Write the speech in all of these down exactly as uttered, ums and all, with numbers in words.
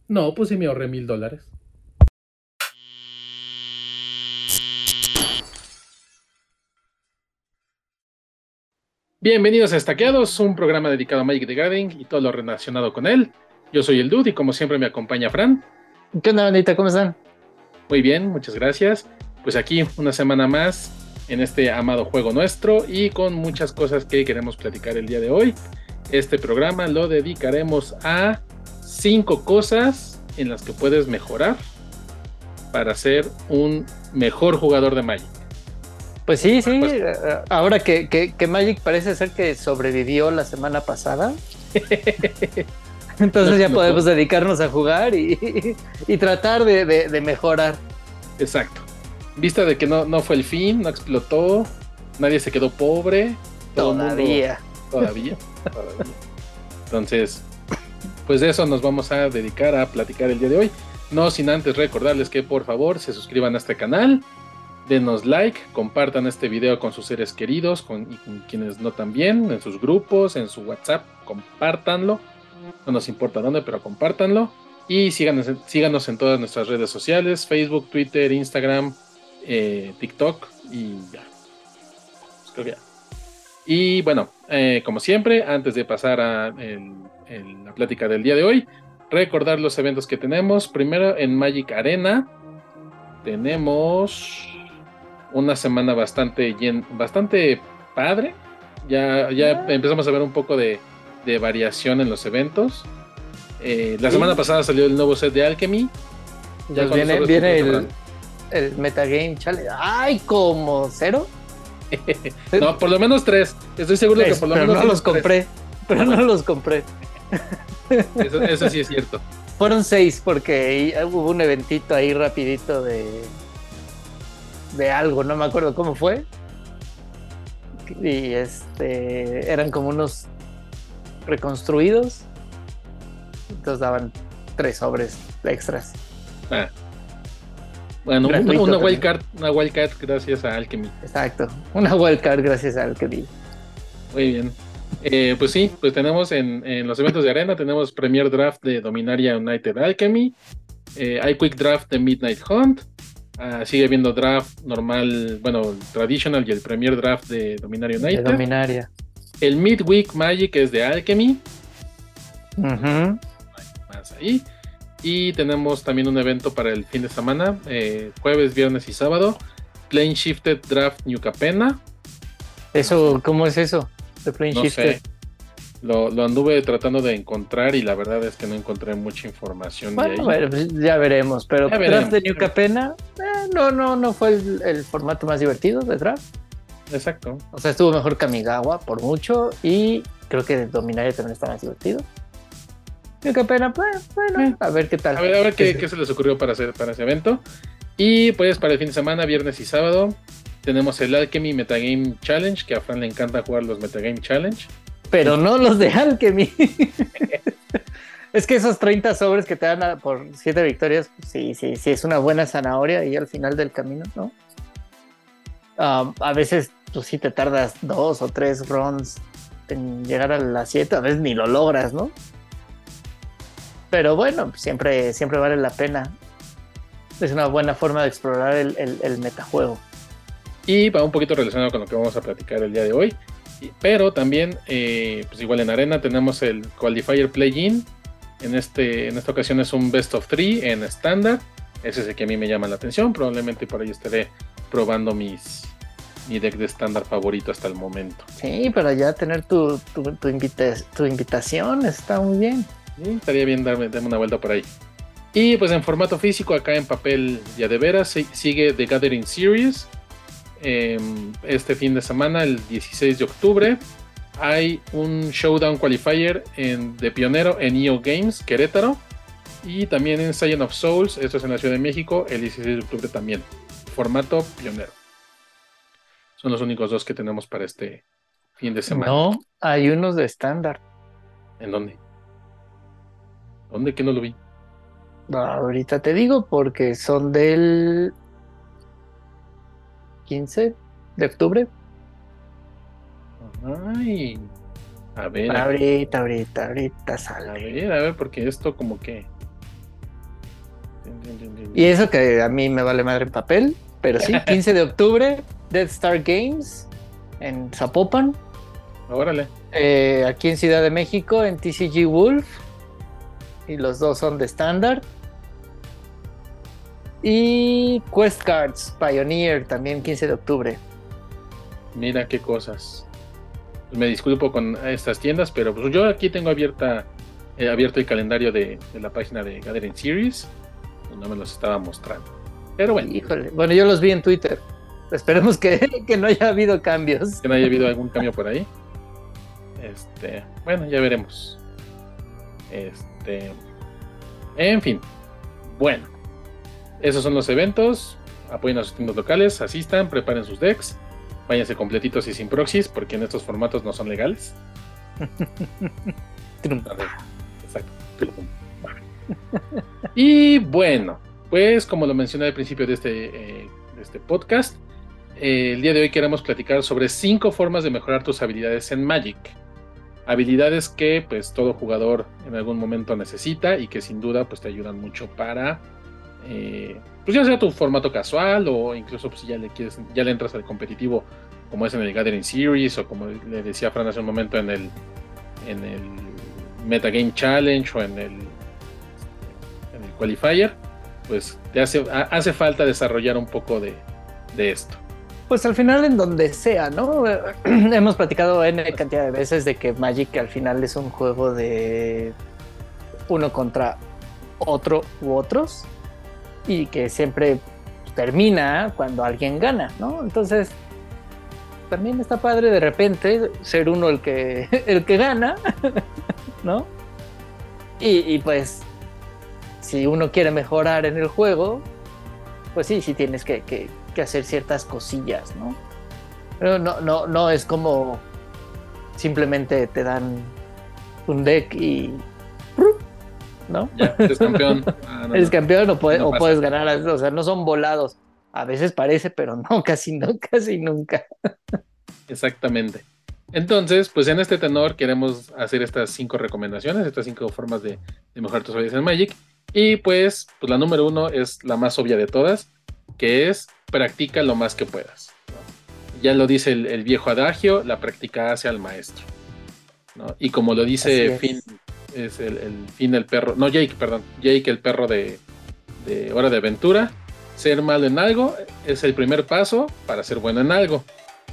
No, pues sí me ahorré mil dólares. Bienvenidos a Estaqueados, un programa dedicado a Magic the Gathering y todo lo relacionado con él. Yo soy el Dude y como siempre me acompaña Fran. ¿Qué onda, bandita? ¿Cómo están? Muy bien, muchas gracias. Pues aquí una semana más en este amado juego nuestro y con muchas cosas que queremos platicar el día de hoy. Este programa lo dedicaremos a cinco cosas en las que puedes mejorar para ser un mejor jugador de Magic. Pues sí, sí, pues, ahora que, que, que Magic parece ser que sobrevivió la semana pasada, entonces no, ya no, podemos no. dedicarnos a jugar y, y, y tratar de, de, de mejorar. Exacto. Vista de que no, no fue el fin, no explotó, nadie se quedó pobre. Todavía. Mundo, todavía, todavía. Entonces, pues de eso nos vamos a dedicar a platicar el día de hoy. No sin antes recordarles que por favor se suscriban a este canal, denos like, compartan este video con sus seres queridos con, y con quienes no también, en sus grupos, en su WhatsApp, compártanlo. No nos importa dónde, pero compártanlo. Y síganos, síganos en todas nuestras redes sociales, Facebook, Twitter, Instagram, eh, TikTok y ya. Pues creo que ya. Y bueno, eh, como siempre, antes de pasar a el, el, la plática del día de hoy, recordar los eventos que tenemos. Primero en Magic Arena tenemos una semana bastante, bastante padre. Ya, ya empezamos a ver un poco de, de variación en los eventos. Eh, la ¿Sí? semana pasada salió el nuevo set de Alchemy. Ya viene viene el, el Metagame Challenge. ¡Ay, como cero! No, por lo menos tres. Estoy seguro es, que por lo pero menos no los compré. Pero no los compré. Eso, eso sí es cierto. Fueron seis porque hubo un eventito ahí rapidito de de algo, no me acuerdo cómo fue. Y este eran como unos reconstruidos. Entonces daban tres sobres extras. Ah. Bueno, Gratuito una, una wildcard, una wildcard gracias a Alchemy. Exacto, una wildcard gracias a Alchemy. Muy bien. Eh, pues sí, pues tenemos en, en los eventos de arena, tenemos Premier Draft de Dominaria United Alchemy, eh, hay Quick Draft de Midnight Hunt, uh, sigue habiendo draft normal, bueno, Traditional y el Premier Draft de Dominaria United. De Dominaria. El Midweek Magic es de Alchemy. Uh-huh. Más ahí. Y tenemos también un evento para el fin de semana, eh, jueves, viernes y sábado, Plane Shifted Draft New Capenna. Eso, ¿cómo es eso? De Plane no Shifted. Sé. Lo, lo anduve tratando de encontrar y la verdad es que no encontré mucha información bueno, de ahí. Bueno, pues ya veremos, pero ya Draft veremos. de New Capenna eh, no, no, no fue el, el formato más divertido de Draft. Exacto. O sea, estuvo mejor Kamigawa por mucho y creo que Dominaria también está más divertido. New Capenna, pues, bueno, eh. a ver qué tal. A ver, a ver qué, qué se les ocurrió para, hacer, para ese evento. Y pues para el fin de semana, viernes y sábado, tenemos el Alchemy Metagame Challenge, que a Fran le encanta jugar los Metagame Challenge. Pero no los de Alchemy. Es que esos treinta sobres que te dan a, por siete victorias, sí, sí, sí, es una buena zanahoria y al final del camino, ¿no? Um, a veces, pues sí te tardas dos o tres runs en llegar a las siete, a veces ni lo logras, ¿no? Pero bueno, siempre, siempre vale la pena. Es una buena forma de explorar el, el, el metajuego. Y va un poquito relacionado con lo que vamos a platicar el día de hoy. Pero también, eh, pues igual en Arena tenemos el Qualifier Play-In. En, este, en esta ocasión es un Best of Three en estándar. Ese es el que a mí me llama la atención. Probablemente por ahí estaré probando mis, mi deck de estándar favorito hasta el momento. Sí, para ya tener tu, tu, tu, invita- tu invitación está muy bien. Sí, estaría bien darme, darme una vuelta por ahí. Y pues en formato físico, acá en papel ya de veras, sigue The Gathering Series. Este fin de semana, el dieciséis de octubre, hay un Showdown Qualifier en, de Pionero en E O Games, Querétaro. Y también en Scion of Souls, esto es en la Ciudad de México, el dieciséis de octubre también. Formato Pionero. Son los únicos dos que tenemos para este fin de semana. No, hay unos de estándar. ¿En dónde? ¿Dónde? Que no lo vi. Ahorita te digo porque son del quince de octubre. Ay, a ver. Ahorita, ahorita, ahorita A sale. ver, a ver, porque esto como que Y eso que a mí me vale madre en papel, pero sí, quince de octubre, Death Star Games en Zapopan. Órale. Eh, aquí en Ciudad de México, en T C G Wolf. Y los dos son de estándar. Y Quest Cards Pioneer también quince de octubre. Mira qué cosas. Pues me disculpo con estas tiendas, pero pues yo aquí tengo abierta eh, abierto el calendario de, de la página de Gathering Series. Pues no me los estaba mostrando. Pero bueno. Híjole. Bueno, yo los vi en Twitter. Esperemos que, que no haya habido cambios. Que no haya habido algún cambio por ahí. Este, bueno, ya veremos. Este, en fin. Bueno. Esos son los eventos. Apoyen a sus tiendas locales, asistan, preparen sus decks, váyanse completitos y sin proxies, porque en estos formatos no son legales. Exacto. Y bueno, pues como lo mencioné al principio de este, eh, de este podcast, eh, el día de hoy queremos platicar sobre cinco formas de mejorar tus habilidades en Magic. Habilidades que pues todo jugador en algún momento necesita y que sin duda pues te ayudan mucho para... Eh, pues ya sea tu formato casual o incluso pues, si ya le quieres, ya le entras al competitivo como es en el Gathering Series o como le decía Fran hace un momento en el en el Metagame Challenge o en el en el Qualifier, pues te hace, hace falta desarrollar un poco de, de esto. Pues al final en donde sea, ¿no? Hemos platicado N cantidad de veces de que Magic al final es un juego de uno contra otro u otros y que siempre termina cuando alguien gana, ¿no? Entonces también está padre de repente ser uno el que el que gana, ¿no? Y, y pues si uno quiere mejorar en el juego, pues sí, sí tienes que, que, que hacer ciertas cosillas, ¿no? Pero no, no, no es como simplemente te dan un deck y ¿no? Ya, eres campeón. Ah, no, eres no. campeón o, puede, No o puedes ganar, o sea, no son volados. A veces parece, pero no, casi no, casi nunca. Exactamente. Entonces, pues en este tenor queremos hacer estas cinco recomendaciones, estas cinco formas de, de mejorar tus habilidades en Magic. Y pues, pues la número uno es la más obvia de todas, que es practica lo más que puedas, ¿no? Ya lo dice el, el viejo adagio, la práctica hace al maestro, ¿no? Y como lo dice Finn, es el, el Finn el perro, no Jake, perdón, Jake el perro de, de Hora de Aventura, ser malo en algo es el primer paso para ser bueno en algo.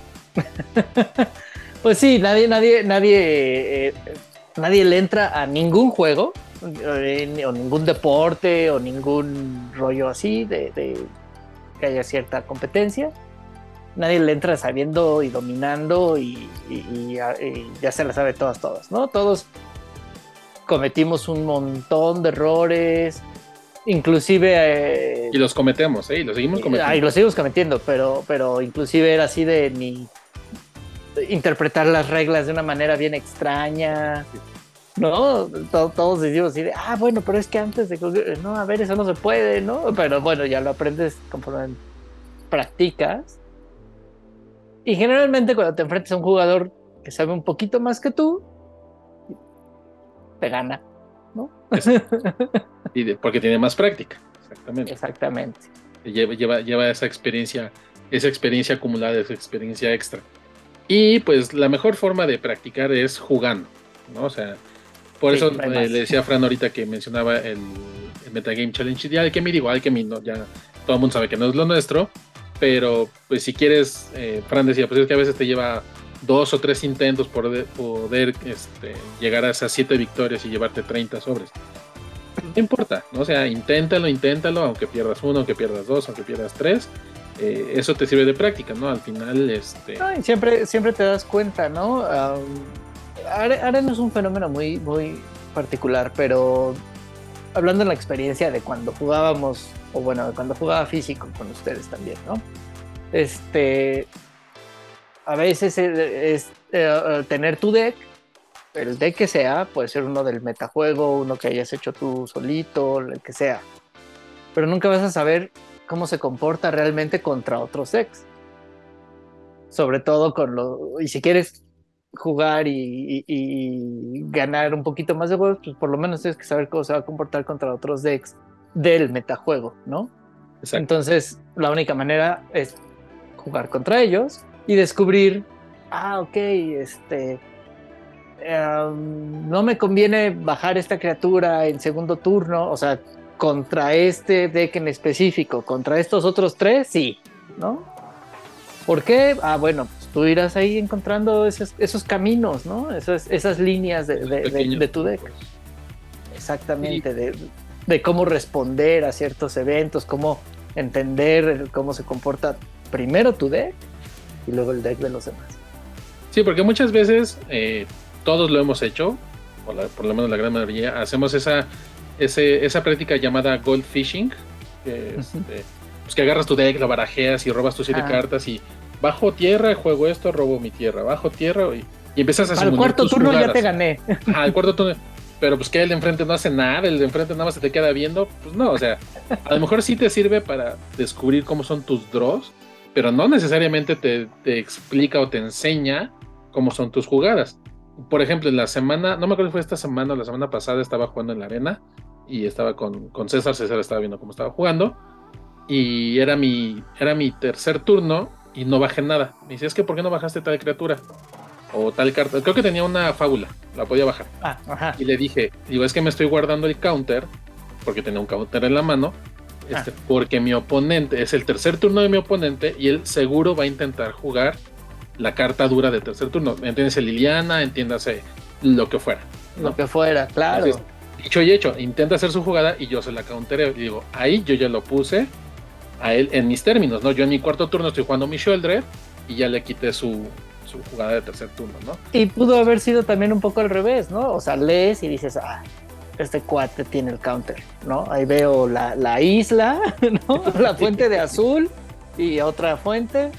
Pues sí, nadie, nadie, nadie, eh, nadie le entra a ningún juego, eh, o ningún deporte, o ningún rollo así de, de que haya cierta competencia. Nadie le entra sabiendo y dominando y, y, y, y ya se la sabe todas, todas, ¿no? Todos cometimos un montón de errores, inclusive... Eh, y los cometemos, ¿eh? Y los seguimos cometiendo. Y los seguimos cometiendo, pero, pero inclusive era así de ni interpretar las reglas de una manera bien extraña, ¿no? Todos, todos decimos así de, ah, bueno, pero es que antes de... No, a ver, eso no se puede, ¿no? Pero bueno, ya lo aprendes conforme practicas. Y generalmente cuando te enfrentas a un jugador que sabe un poquito más que tú, te gana, ¿no? Y de, porque tiene más práctica, exactamente. Exactamente. Lleva, lleva, lleva esa experiencia, esa experiencia acumulada, esa experiencia extra. Y pues la mejor forma de practicar es jugando, ¿no? O sea, por sí, eso no eh, le decía a Fran ahorita que mencionaba el, el Metagame Challenge. Ya Alchemy, digo, Alchemy, no, ya todo el mundo sabe que no es lo nuestro, pero pues si quieres, eh, Fran decía, pues es que a veces te lleva dos o tres intentos por de, poder este, llegar a esas siete victorias y llevarte treinta sobres. No importa, ¿no? O sea, inténtalo, inténtalo, aunque pierdas uno, aunque pierdas dos, aunque pierdas tres. Eh, eso te sirve de práctica, ¿no? Al final, este... No, y siempre, siempre te das cuenta, ¿no? Um, ahora no es un fenómeno muy, muy particular, pero hablando en la experiencia de cuando jugábamos, o bueno, de cuando jugaba físico con ustedes también, ¿no? Este... A veces es, es eh, tener tu deck, el deck que sea, puede ser uno del metajuego, uno que hayas hecho tú solito, el que sea. Pero nunca vas a saber cómo se comporta realmente contra otros decks. Sobre todo con lo... Y si quieres jugar y, y, y ganar un poquito más de juegos, pues por lo menos tienes que saber cómo se va a comportar contra otros decks del metajuego, ¿no? Exacto. Entonces, la única manera es jugar contra ellos y descubrir, ah, ok, este, um, no me conviene bajar esta criatura en segundo turno, o sea, contra este deck en específico, contra estos otros tres, sí, ¿no? ¿Por qué? Ah, bueno, pues tú irás ahí encontrando esos, esos caminos, ¿no? Esas, esas líneas de, de, de, de tu deck. Exactamente, de, de cómo responder a ciertos eventos, cómo entender cómo se comporta primero tu deck y luego el deck de los demás. Sí, porque muchas veces eh, todos lo hemos hecho, o la, por lo menos la gran mayoría, hacemos esa, ese, esa práctica llamada gold fishing, que, este, pues que agarras tu deck, lo barajeas y robas tus siete ah. cartas y bajo tierra, juego esto, robo mi tierra, bajo tierra y, y empiezas a al cuarto turno jugadas. Ya te gané. Ajá, al cuarto turno. Pero pues que el de enfrente no hace nada, el de enfrente nada más se te queda viendo, pues no, o sea, a lo mejor sí te sirve para descubrir cómo son tus draws, pero no necesariamente te, te explica o te enseña cómo son tus jugadas. Por ejemplo, en la semana, no me acuerdo si fue esta semana o la semana pasada, estaba jugando en la arena y estaba con, con César, César estaba viendo cómo estaba jugando y era mi, era mi tercer turno y no bajé nada. Me dice, es que ¿por qué no bajaste tal criatura? O tal carta, creo que tenía una fábula, la podía bajar. Ah, ajá. Y le dije, digo, es que me estoy guardando el counter, porque tenía un counter en la mano, este, ah. porque mi oponente, es el tercer turno de mi oponente, y él seguro va a intentar jugar la carta dura de tercer turno. Entiéndase Liliana, entiéndase lo que fuera, ¿no? Lo que fuera, claro. Entonces, dicho y hecho, intenta hacer su jugada y yo se la countereo. Y digo, ahí yo ya lo puse a él en mis términos, ¿no? Yo en mi cuarto turno estoy jugando mi Sheoldred y ya le quité su... su jugada de tercer turno, ¿no? Y pudo haber sido también un poco al revés, ¿no? O sea, lees y dices, ah, este cuate tiene el counter, ¿no? Ahí veo la, la isla, ¿no? La fuente de azul y otra fuente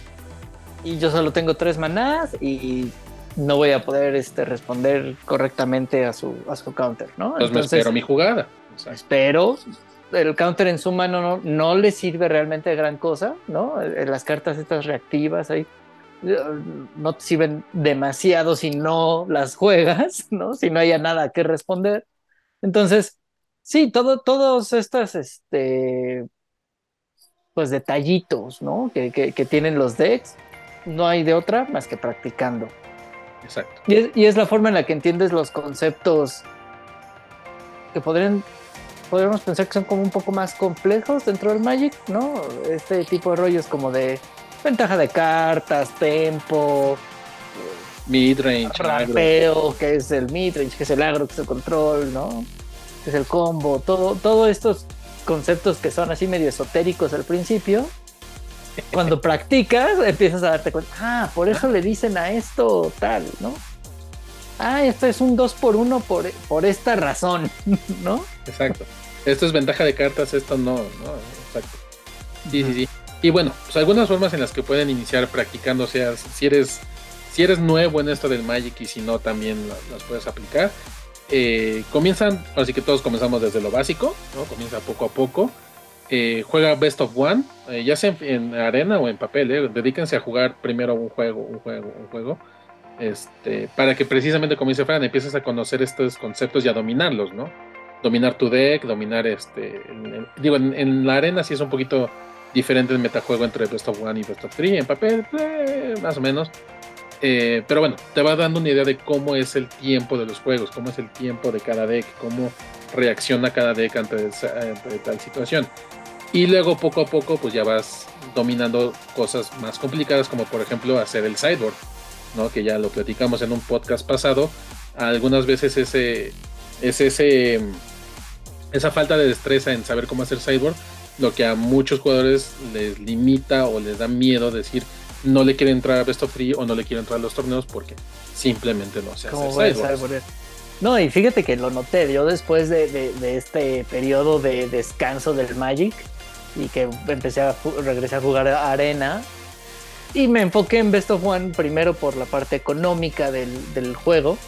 y yo solo tengo tres manás y no voy a poder este, responder correctamente a su, a su counter, ¿no? Entonces, Entonces me espero mi jugada. O sea, espero, el counter en su mano no, no le sirve realmente de gran cosa, ¿no? Las cartas estas reactivas ahí no te sirven demasiado si no las juegas, ¿no? Si no haya nada que responder. Entonces, sí, todo, todos estos este, pues detallitos, ¿no? Que, que, que tienen los decks, no hay de otra más que practicando. Exacto. Y es, y es la forma en la que entiendes los conceptos que podrían podríamos pensar que son como un poco más complejos dentro del Magic, ¿no? Este tipo de rollos como de ventaja de cartas, tempo, midrange, rapeo, agro. Que es el midrange, que es el agro, que es el control, ¿no? Que es el combo, todo, todos estos conceptos que son así medio esotéricos al principio. Cuando practicas, empiezas a darte cuenta, ah, por eso le dicen a esto tal, ¿no? Ah, esto es un dos por uno por, por esta razón, ¿no? Exacto. Esto es ventaja de cartas, esto no, ¿no? Exacto. Sí, sí, sí. Y bueno, pues algunas formas en las que pueden iniciar practicando, o sea, si eres, si eres nuevo en esto del Magic y si no, también las, las puedes aplicar. Eh, comienzan, así que todos comenzamos desde lo básico, ¿no? Comienza poco a poco. Eh, juega Best of One, eh, ya sea en, en arena o en papel, eh, dedíquense a jugar primero un juego, un juego, un juego, este, para que precisamente como dice Fran, empieces a conocer estos conceptos y a dominarlos, ¿no? Dominar tu deck, dominar este, en, en, digo, en, en la arena sí es un poquito diferente el metajuego entre Best of One y Best of Three, en papel, eh, más o menos. Eh, pero bueno, te va dando una idea de cómo es el tiempo de los juegos, cómo es el tiempo de cada deck, cómo reacciona cada deck ante, esa, ante tal situación. Y luego poco a poco pues ya vas dominando cosas más complicadas, como por ejemplo hacer el sideboard, ¿no? Que ya lo platicamos en un podcast pasado. Algunas veces ese, es ese, esa falta de destreza en saber cómo hacer sideboard, lo que a muchos jugadores les limita o les da miedo decir no le quiere entrar a Best of Three o no le quiere entrar a los torneos porque simplemente no se hace sideboard. No, y fíjate que lo noté yo después de, de, de este periodo de descanso del Magic y que empecé a regresé a jugar a arena y me enfoqué en Best of One primero por la parte económica del, del juego,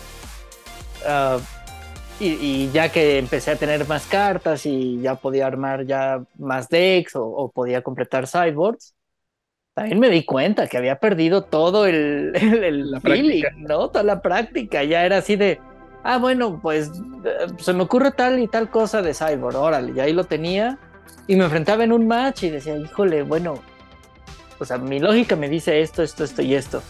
uh, y, y ya que empecé a tener más cartas y ya podía armar ya más decks o, o podía completar sideboards, también me di cuenta que había perdido todo el, el, el la feeling, práctica. ¿no? Toda la práctica, ya era así de Ah, bueno, pues eh, se me ocurre tal y tal cosa de Cyborg, órale, y ahí lo tenía. Y me enfrentaba en un match y decía, híjole, bueno, o sea, mi lógica me dice esto, esto, esto y esto.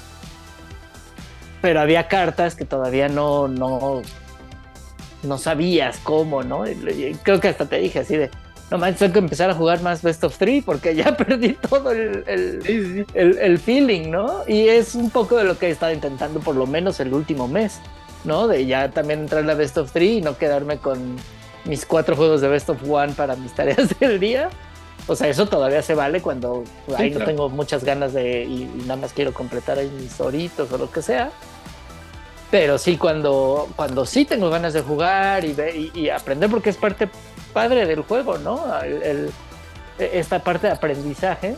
Pero había cartas que todavía no, no, no sabías cómo, ¿no? Y creo que hasta te dije así de, no manches, tengo que empezar a jugar más Best of Three porque ya perdí todo el, el, Sí, sí, sí. el, el feeling, ¿no? Y es un poco de lo que he estado intentando por lo menos el último mes, ¿no? De ya también entrar a la Best of Three y no quedarme con mis cuatro juegos de Best of One para mis tareas del día. O sea, eso todavía se vale cuando Sí, ahí claro. no tengo muchas ganas de y, y nada más quiero completar ahí mis horitos o lo que sea. Pero sí, cuando, cuando sí tengo ganas de jugar y, ve, y, y aprender, porque es parte padre del juego, ¿no? El, el, esta parte de aprendizaje,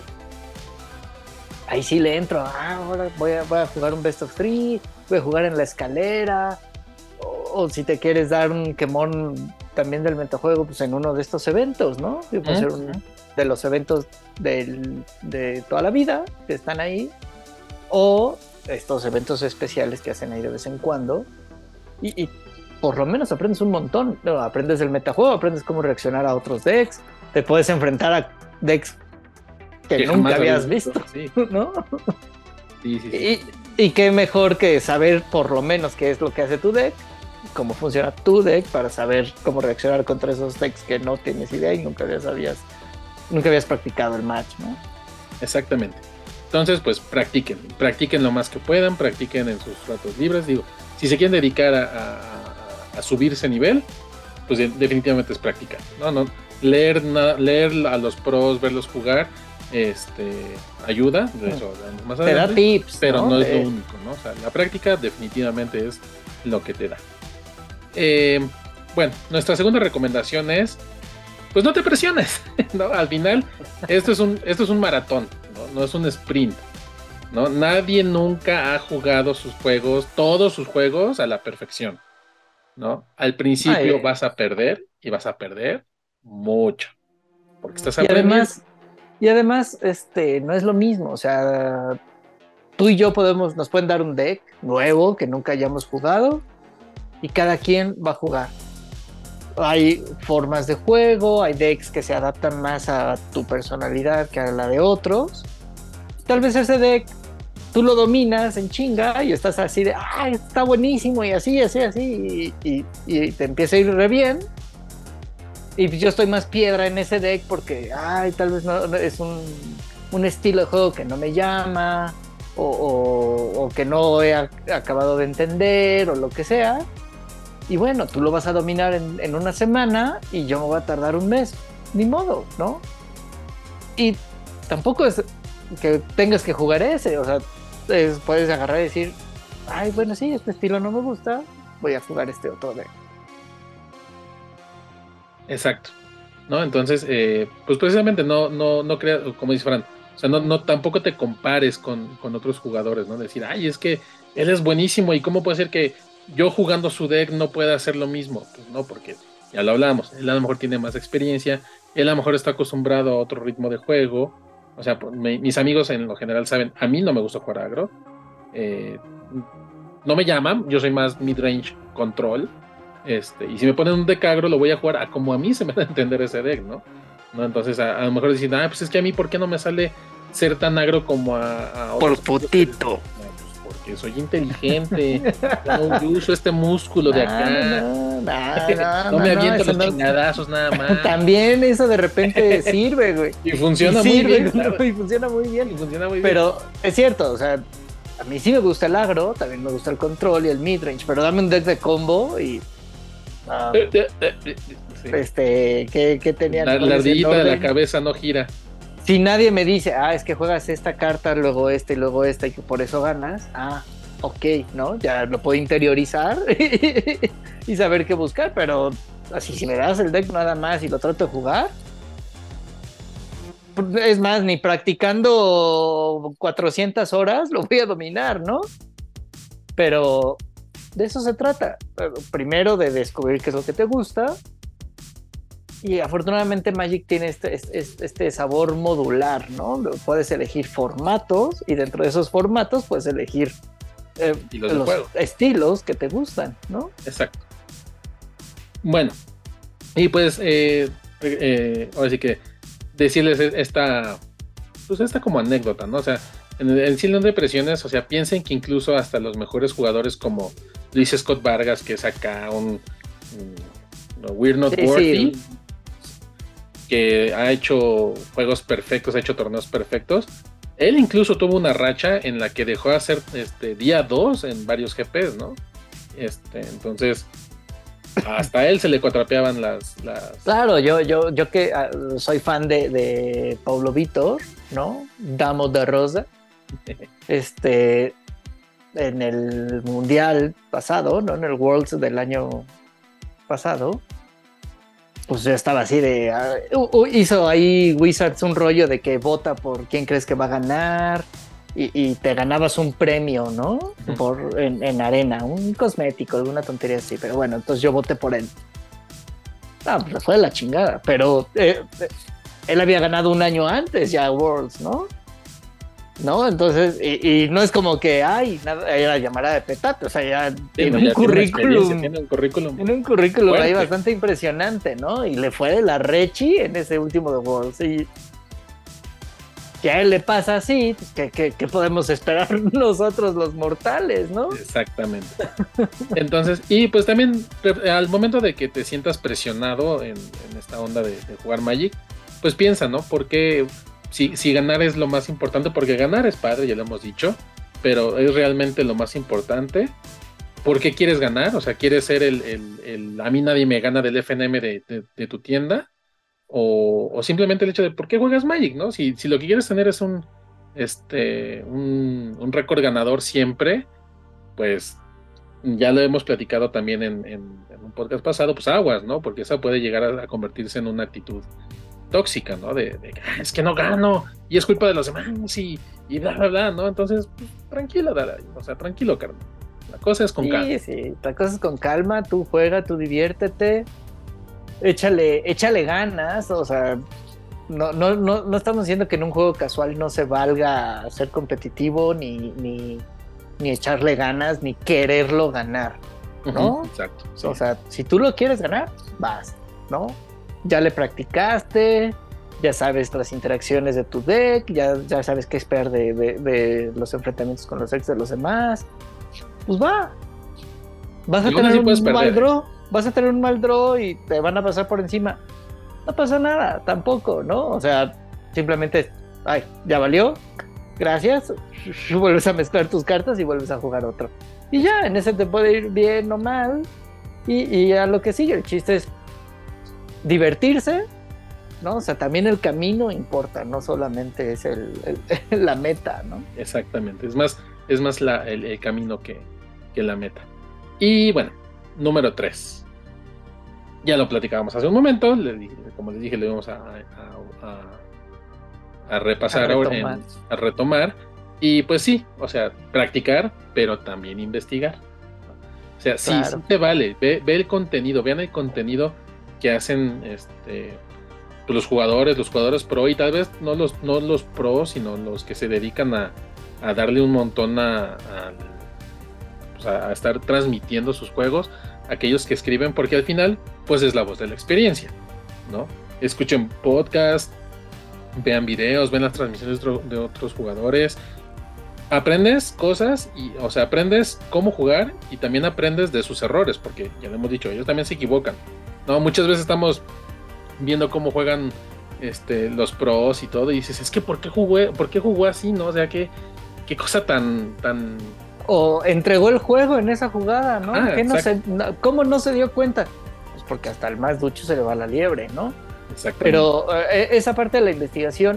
ahí sí le entro. Ah, ahora voy a, voy a jugar un Best of Three, voy a jugar en la escalera. O, o si te quieres dar un quemón también del metajuego, pues en uno de estos eventos, ¿no? Que puede ser un, de los eventos del, de toda la vida que están ahí. O estos eventos especiales que hacen ahí de vez en cuando y, y por lo menos aprendes un montón, ¿no? Aprendes el metajuego, aprendes cómo reaccionar a otros decks, te puedes enfrentar a decks que, que nunca habías visto, visto sí. ¿No? Sí, sí, sí. Y, y qué mejor que saber por lo menos qué es lo que hace tu deck, cómo funciona tu deck para saber cómo reaccionar contra esos decks que no tienes idea y nunca habías, habías nunca habías practicado el match, ¿no? Exactamente. Entonces, pues practiquen, practiquen lo más que puedan, practiquen en sus ratos libres. Digo, si se quieren dedicar a, a, a subirse nivel, pues de, definitivamente es practicar. No, no, leer, na, leer a los pros, verlos jugar, este, ayuda. De eso más te adelante, da tips, pero no, no es de... lo único, ¿no? O sea, la práctica definitivamente es lo que te da. Eh, bueno, nuestra segunda recomendación es, pues no te presiones, ¿no? Al final, esto es un, esto es un maratón. ¿no? no es un sprint, ¿no? Nadie nunca ha jugado sus juegos, todos sus juegos a la perfección, ¿no? Al principio Ay, vas a perder y vas a perder mucho, porque estás y aprendiendo. Además, y además, este, no es lo mismo, o sea, tú y yo podemos, nos pueden dar un deck nuevo que nunca hayamos jugado y cada quien va a jugar. Hay formas de juego, hay decks que se adaptan más a tu personalidad que a la de otros. Tal vez ese deck tú lo dominas en chinga y estás así de, ah, está buenísimo y así, así, así, y, y, y te empieza a ir re bien. Y yo estoy más piedra en ese deck porque, ay, tal vez no, es un, un estilo de juego que no me llama o, o, o que no he acabado de entender o lo que sea. Y bueno, tú lo vas a dominar en, en una semana y yo me voy a tardar un mes. Ni modo, ¿no? Y tampoco es que tengas que jugar ese. O sea, es, puedes agarrar y decir, ay, bueno, sí, este estilo no me gusta, voy a jugar este otro deck. Exacto. ¿No? Entonces, eh, pues precisamente no, no, no creas, como dice Fran, o sea, no, no tampoco te compares con, con otros jugadores, ¿no? Decir, ay, es que él es buenísimo y cómo puede ser que yo jugando su deck no pueda hacer lo mismo. Pues no, porque ya lo hablamos, él a lo mejor tiene más experiencia, él a lo mejor está acostumbrado a otro ritmo de juego. O sea, me, mis amigos en lo general saben, a mí no me gusta jugar agro, eh, no me llaman, yo soy más midrange control, este, y si me ponen un deck agro lo voy a jugar a como a mí se me da a entender ese deck, ¿no? ¿No? Entonces a, a lo mejor dicen, ah, pues es que a mí ¿por qué no me sale ser tan agro como a, a otros? Por putito. Que soy inteligente, no, yo uso este músculo de acá, no, no, no, no, no me aviento no, los chingadazos nada más. También eso de repente sirve, güey. Y funciona y muy sirve, bien. Claro. Y funciona muy bien. Y funciona muy bien. Pero es cierto, o sea, a mí sí me gusta el agro, también me gusta el control y el midrange, pero dame un deck de combo y... Uh, sí. Este, ¿qué, qué tenían? La, la ardillita de la cabeza no gira. Si nadie me dice, ah, es que juegas esta carta, luego esta y luego esta y que por eso ganas, ah, ok, ¿no? Ya lo puedo interiorizar y saber qué buscar, pero así si me das el deck nada más y lo trato de jugar, es más, ni practicando cuatrocientas horas lo voy a dominar, ¿no? Pero de eso se trata. Primero de descubrir qué es lo que te gusta. Y afortunadamente Magic tiene este, este, este sabor modular, ¿no? Puedes elegir formatos y dentro de esos formatos puedes elegir eh, y los, los juego. estilos que te gustan, ¿no? Exacto. Bueno, y pues, eh, eh, ahora sí que decirles esta, pues esta como anécdota, ¿no? O sea, en el, el Síndrome de Depresiones, o sea, piensen que incluso hasta los mejores jugadores como Luis Scott Vargas, que es acá un, un We're Not Sí, Worthy, sí. que ha hecho juegos perfectos, ha hecho torneos perfectos. Él incluso tuvo una racha en la que dejó de hacer este, día dos en varios G Ps, ¿no? Este, entonces, hasta él se le cuatrapeaban las... las... Claro, yo, yo, yo que uh, soy fan de, de Pablo Vítor, ¿no? Damo de Rosa. Este, en el Mundial pasado, ¿no? En el Worlds del año pasado, pues yo estaba así de... Uh, uh, hizo ahí Wizards un rollo de que vota por quién crees que va a ganar y, y te ganabas un premio, ¿no? Uh-huh. Por, en, en arena, un cosmético, alguna tontería así. Pero bueno, entonces yo voté por él. Ah, pues fue de la chingada. Pero eh, él había ganado un año antes ya Worlds, ¿no? ¿No? Entonces, y, y no es como que, ay, nada, era llamada de petate, o sea, ya sí, tiene, no, un currículum, tiene un currículum. Tiene un currículum ahí bastante impresionante, ¿no? Y le fue de la rechi en ese último de Worlds. Y que a él le pasa así, pues, ¿qué, qué, qué podemos esperar nosotros los mortales, ¿no? Exactamente. Entonces, y pues también al momento de que te sientas presionado en, en esta onda de, de jugar Magic, pues piensa, ¿no? Porque si, si ganar es lo más importante, porque ganar es padre, ya lo hemos dicho, pero es realmente lo más importante. ¿Por qué quieres ganar? O sea, ¿quieres ser el, el, el a mí nadie me gana del F N M de, de, de tu tienda? O, o simplemente el hecho de ¿por qué juegas Magic? ¿No? Si, si lo que quieres tener es un este un, un récord ganador siempre, pues ya lo hemos platicado también en, en, en un podcast pasado, pues aguas, ¿no? Porque esa puede llegar a, a convertirse en una actitud tóxica, ¿no? De, de ah, es que no gano y es culpa de los demás y, y bla, bla, bla, ¿no? Entonces, pues, tranquilo, Dara, o sea, tranquilo, carnal. La cosa es con sí, calma. Sí, sí, la cosa es con calma, tú juega, tú diviértete, échale, échale ganas, o sea, no, no, no, no estamos diciendo que en un juego casual no se valga ser competitivo, ni, ni, ni echarle ganas, ni quererlo ganar, ¿no? Uh-huh, exacto. Sí. O sea, si tú lo quieres ganar, vas, ¿no? Ya le practicaste, ya sabes las interacciones de tu deck, ya, ya sabes qué esperar de, de, de los enfrentamientos con los decks de los demás. Pues va. Vas a y tener un perder. mal draw, vas a tener un mal draw y te van a pasar por encima. No pasa nada, tampoco, ¿no? O sea, simplemente, ay, ya valió, gracias, vuelves a mezclar tus cartas y vuelves a jugar otro. Y ya, en ese te puede ir bien o mal, y, y a lo que sigue, el chiste es divertirse, ¿no? O sea, también el camino importa, no solamente es el, el, la meta, ¿no? Exactamente, es más, es más la, el, el camino que, que la meta. Y bueno, número tres. Ya lo platicábamos hace un momento, le dije, como les dije, le vamos a, a, a, a repasar a ahora, retomar. En, a retomar. Y pues sí, o sea, practicar, pero también investigar. O sea, sí, claro. sí te vale, ve, ve el contenido, vean el contenido que hacen este, los jugadores, los jugadores pro, y tal vez no los, no los pros, sino los que se dedican a, a darle un montón a, a, pues a, a estar transmitiendo sus juegos, aquellos que escriben, porque al final pues es la voz de la experiencia, ¿no? Escuchen podcast, vean videos, ven las transmisiones de, otro, de otros jugadores, aprendes cosas, y, o sea, aprendes cómo jugar y también aprendes de sus errores, porque ya lo hemos dicho, ellos también se equivocan, ¿no? Muchas veces estamos viendo cómo juegan este, los pros y todo, y dices, es que ¿por qué jugué, por qué jugó así, no? O sea, qué, qué cosa tan, tan... O entregó el juego en esa jugada, ¿no? Ah, ¿Qué no se, no, ¿Cómo no se dio cuenta? Pues porque hasta el más ducho se le va la liebre, ¿no? Pero eh, esa parte de la investigación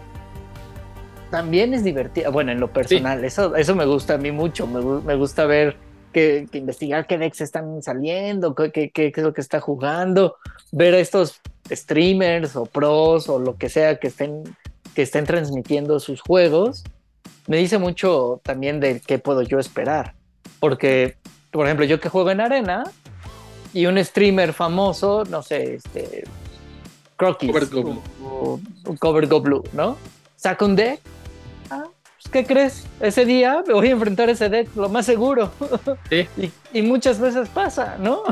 también es divertida. Bueno, en lo personal, sí. eso, eso me gusta a mí mucho. Me, me gusta ver que, que investigar qué decks están saliendo, qué, qué, qué es lo que está jugando, ver a estos streamers o pros o lo que sea que estén, que estén transmitiendo sus juegos. Me dice mucho también de qué puedo yo esperar. Porque, por ejemplo, yo que juego en arena y un streamer famoso, no sé, este Crokis o, o, o Cover Go Blue, ¿no? Saca un deck, ah, pues, ¿qué crees? Ese día me voy a enfrentar ese deck, lo más seguro. Sí. y, y muchas veces pasa, ¿no?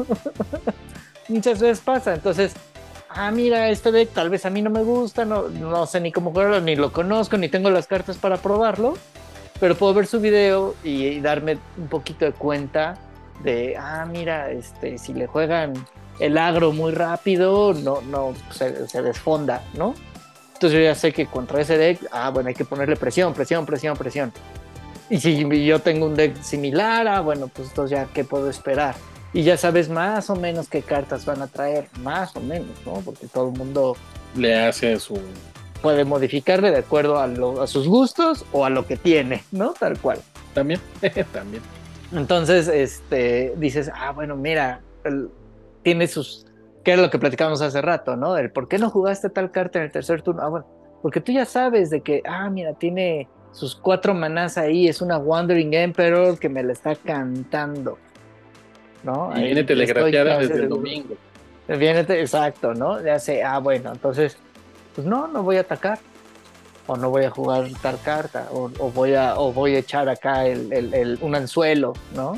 muchas veces pasa. Entonces, ah, mira, este deck tal vez a mí no me gusta, no, no sé ni cómo jugarlo, ni lo conozco, ni tengo las cartas para probarlo, pero puedo ver su video y, y darme un poquito de cuenta de, ah, mira, este, si le juegan el agro muy rápido, no, no, se, se desfonda, ¿no? Entonces yo ya sé que contra ese deck, ah, bueno, hay que ponerle presión, presión, presión, presión. Y si yo tengo un deck similar, ah, bueno, pues entonces ya, ¿qué puedo esperar? Y ya sabes más o menos qué cartas van a traer, más o menos, ¿no? Porque todo el mundo le hace su... puede modificarle de acuerdo a, lo, a sus gustos o a lo que tiene, ¿no? Tal cual. También, también. Entonces, este, dices, ah, bueno, mira, el, tiene sus... ¿Qué es lo que platicábamos hace rato, no? El por qué no jugaste tal carta en el tercer turno. Ah, bueno, porque tú ya sabes de que, ah, mira, tiene sus cuatro manás ahí, es una Wandering Emperor que me la está cantando, ¿no? Y viene ahí telegrafiada desde el domingo. Viene, exacto, ¿no? Ya sé, ah, bueno, entonces, pues no, no voy a atacar, o no voy a jugar tal carta, o, o voy a o voy a echar acá el, el, el, un anzuelo, ¿no?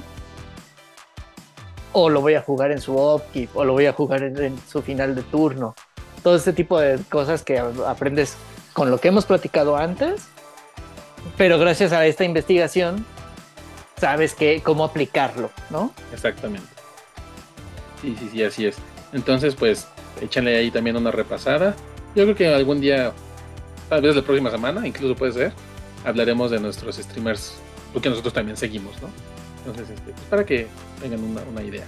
O lo voy a jugar en su upkeep, o lo voy a jugar en, en su final de turno. Todo este tipo de cosas que aprendes con lo que hemos platicado antes, pero gracias a esta investigación sabes que, cómo aplicarlo, ¿no? Exactamente. Sí, sí, sí, así es. Entonces, pues, échanle ahí también una repasada. Yo creo que algún día, tal vez la próxima semana, incluso puede ser, hablaremos de nuestros streamers, porque nosotros también seguimos, ¿no? Entonces, este, pues para que tengan una, una idea.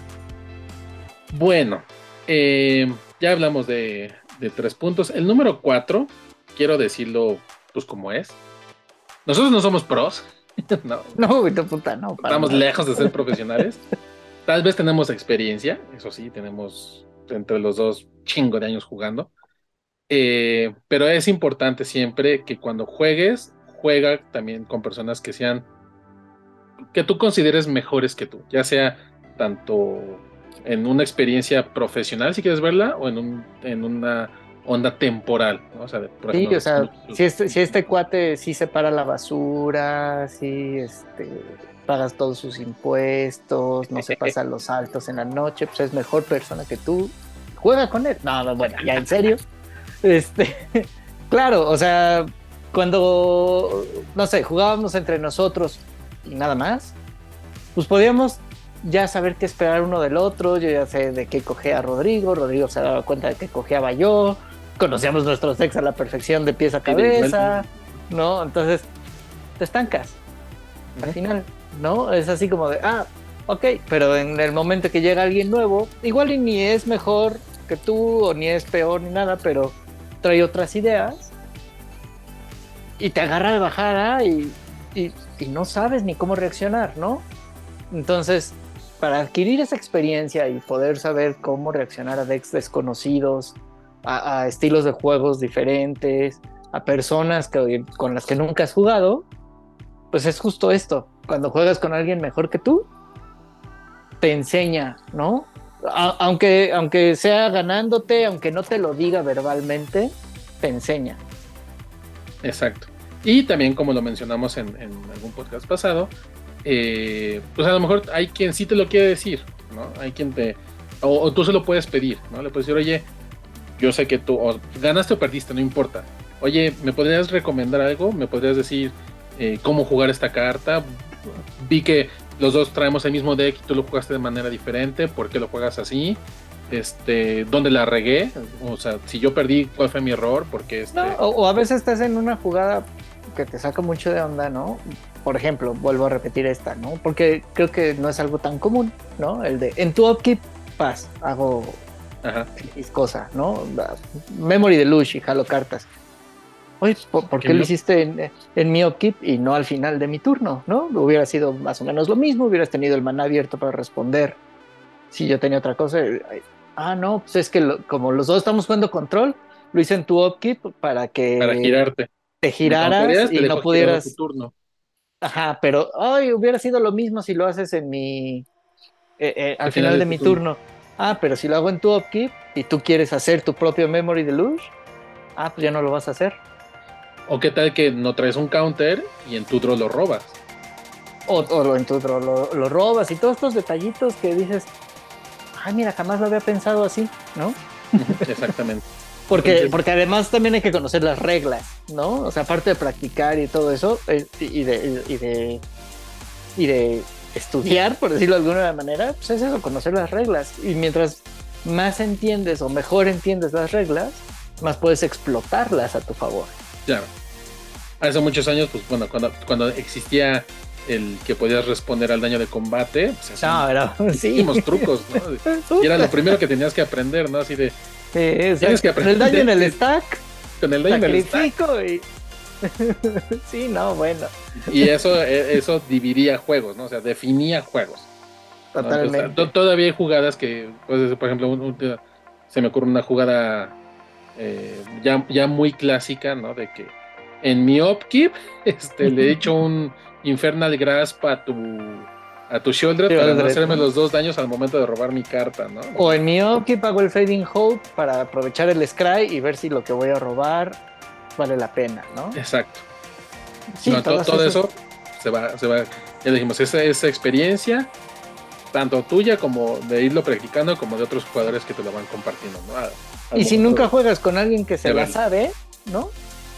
Bueno, eh, ya hablamos de, de tres puntos. El número cuatro, quiero decirlo pues como es. Nosotros no somos pros. no, no, puta, no. Estamos nada. lejos de ser profesionales. Tal vez tenemos experiencia, eso sí, tenemos entre los dos chingo de años jugando. Eh, pero es importante siempre que cuando juegues, juega también con personas que sean que tú consideres mejores que tú, ya sea tanto en una experiencia profesional, si quieres verla, o en, un, en una onda temporal, ¿no? O sea, de, por sí, ejemplo, o sea, si este, si este cuate sí separa la basura, sí este, pagas todos sus impuestos, no se pasa los altos en la noche, pues es mejor persona que tú, juega con él. No, no, bueno, ya en serio. este, claro, o sea, cuando, no sé, jugábamos entre nosotros y nada más, pues podíamos ya saber qué esperar uno del otro. Yo ya sé de qué cogía Rodrigo, Rodrigo se daba cuenta de qué cojeaba yo, conocíamos nuestros decks a la perfección de pies a cabeza, ¿no? Entonces te estancas al final, ¿no? Es así como de, ah, ok, pero en el momento que llega alguien nuevo, igual y ni es mejor que tú, o ni es peor ni nada, pero trae otras ideas y te agarra de bajada y Y, y no sabes ni cómo reaccionar, ¿no? Entonces, para adquirir esa experiencia y poder saber cómo reaccionar a decks desconocidos, a, a estilos de juegos diferentes, a personas que, con las que nunca has jugado, pues es justo esto. Cuando juegas con alguien mejor que tú, te enseña, ¿no? A, aunque, aunque sea ganándote, aunque no te lo diga verbalmente, te enseña. Exacto. Y también, como lo mencionamos en, en algún podcast pasado, eh, pues a lo mejor hay quien sí te lo quiere decir, ¿no? Hay quien te... O, o tú se lo puedes pedir, ¿no? Le puedes decir, oye, yo sé que tú o ganaste o perdiste, no importa. Oye, ¿me podrías recomendar algo? ¿Me podrías decir eh, cómo jugar esta carta? Vi que los dos traemos el mismo deck y tú lo jugaste de manera diferente. ¿Por qué lo juegas así? Este, ¿dónde la regué? O sea, si yo perdí, ¿cuál fue mi error? Porque este... no, o, o a veces estás en una jugada que te saca mucho de onda, ¿no? Por ejemplo, vuelvo a repetir esta, ¿no? Porque creo que no es algo tan común, ¿no? El de, en tu upkeep, paz, hago X cosa, ¿no? Memory Deluge y jalo cartas. Oye, ¿por, ¿por qué lo hiciste en, en mi upkeep y no al final de mi turno, ¿no? Hubiera sido más o menos lo mismo, hubieras tenido el maná abierto para responder. Si yo tenía otra cosa, ah, no, pues es que lo, como los dos estamos jugando control, lo hice en tu upkeep para que... Para girarte. te giraras y no pudieras tu turno. Ajá, pero ay, hubiera sido lo mismo si lo haces en mi eh, eh, al final, final de mi turno. turno. Ah, pero si lo hago en tu upkeep y tú quieres hacer tu propio Memory Deluge, ah, pues ya no lo vas a hacer. O qué tal que no traes un counter y en tu draw lo robas. O, o lo, en tu draw lo, lo robas y todos estos detallitos que dices, ay, mira, jamás lo había pensado así, ¿no? Exactamente. Porque, Entonces, porque además también hay que conocer las reglas, ¿no? O sea, aparte de practicar y todo eso, eh, y, de, y, de, y de estudiar, por decirlo de alguna manera, pues es eso, conocer las reglas. Y mientras más entiendes o mejor entiendes las reglas, más puedes explotarlas a tu favor. Claro. Hace muchos años, pues bueno, cuando, cuando existía el que podías responder al daño de combate, pues no, era, sí. trucos, ¿no? Y era lo primero que tenías que aprender, ¿no? Así de... Sí, tienes que aprender. Con el daño en el stack. Con el daño en el stack. Y... sí, no, bueno. Y eso, eso dividía juegos, ¿no? O sea, definía juegos. Totalmente. ¿no? Entonces, todavía hay jugadas que, pues, por ejemplo, un, un, se me ocurre una jugada eh, ya, ya muy clásica, ¿no? De que en mi upkeep este, le echo un Infernal Grasp a tu, a tu Shoulder para no hacerme los dos daños al momento de robar mi carta, ¿no? O en mi upkeep hago el Fading Hope para aprovechar el Scry y ver si lo que voy a robar vale la pena, ¿no? Exacto. Sí, no, todo, todo eso se va, se va, ya dijimos, esa, esa experiencia, tanto tuya como de irlo practicando, como de otros jugadores que te lo van compartiendo, ¿no? A, y si nunca juegas con alguien que se la sabe, ¿no?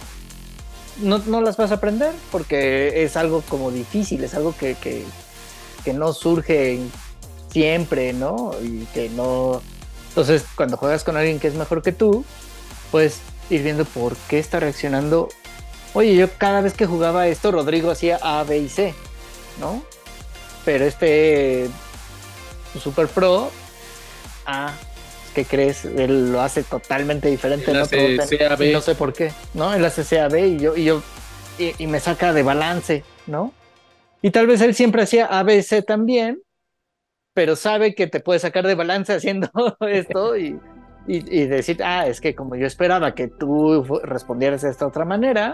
¿no? No las vas a aprender porque es algo como difícil, es algo que, que, que no surge siempre, ¿no? Y que no... Entonces, cuando juegas con alguien que es mejor que tú, puedes ir viendo por qué está reaccionando. Oye, yo cada vez que jugaba esto, Rodrigo hacía A, B y C, ¿no? Pero este Super Pro, ah, ¿qué crees? Él lo hace totalmente diferente. Él en hace otro C A B. No sé por qué, ¿no? Él hace C A B y yo, y yo, y, y me saca de balance, ¿no? Y tal vez él siempre hacía A, B, C también, pero sabe que te puede sacar de balance haciendo esto y, y, y decir, ah, es que como yo esperaba que tú respondieras de esta otra manera,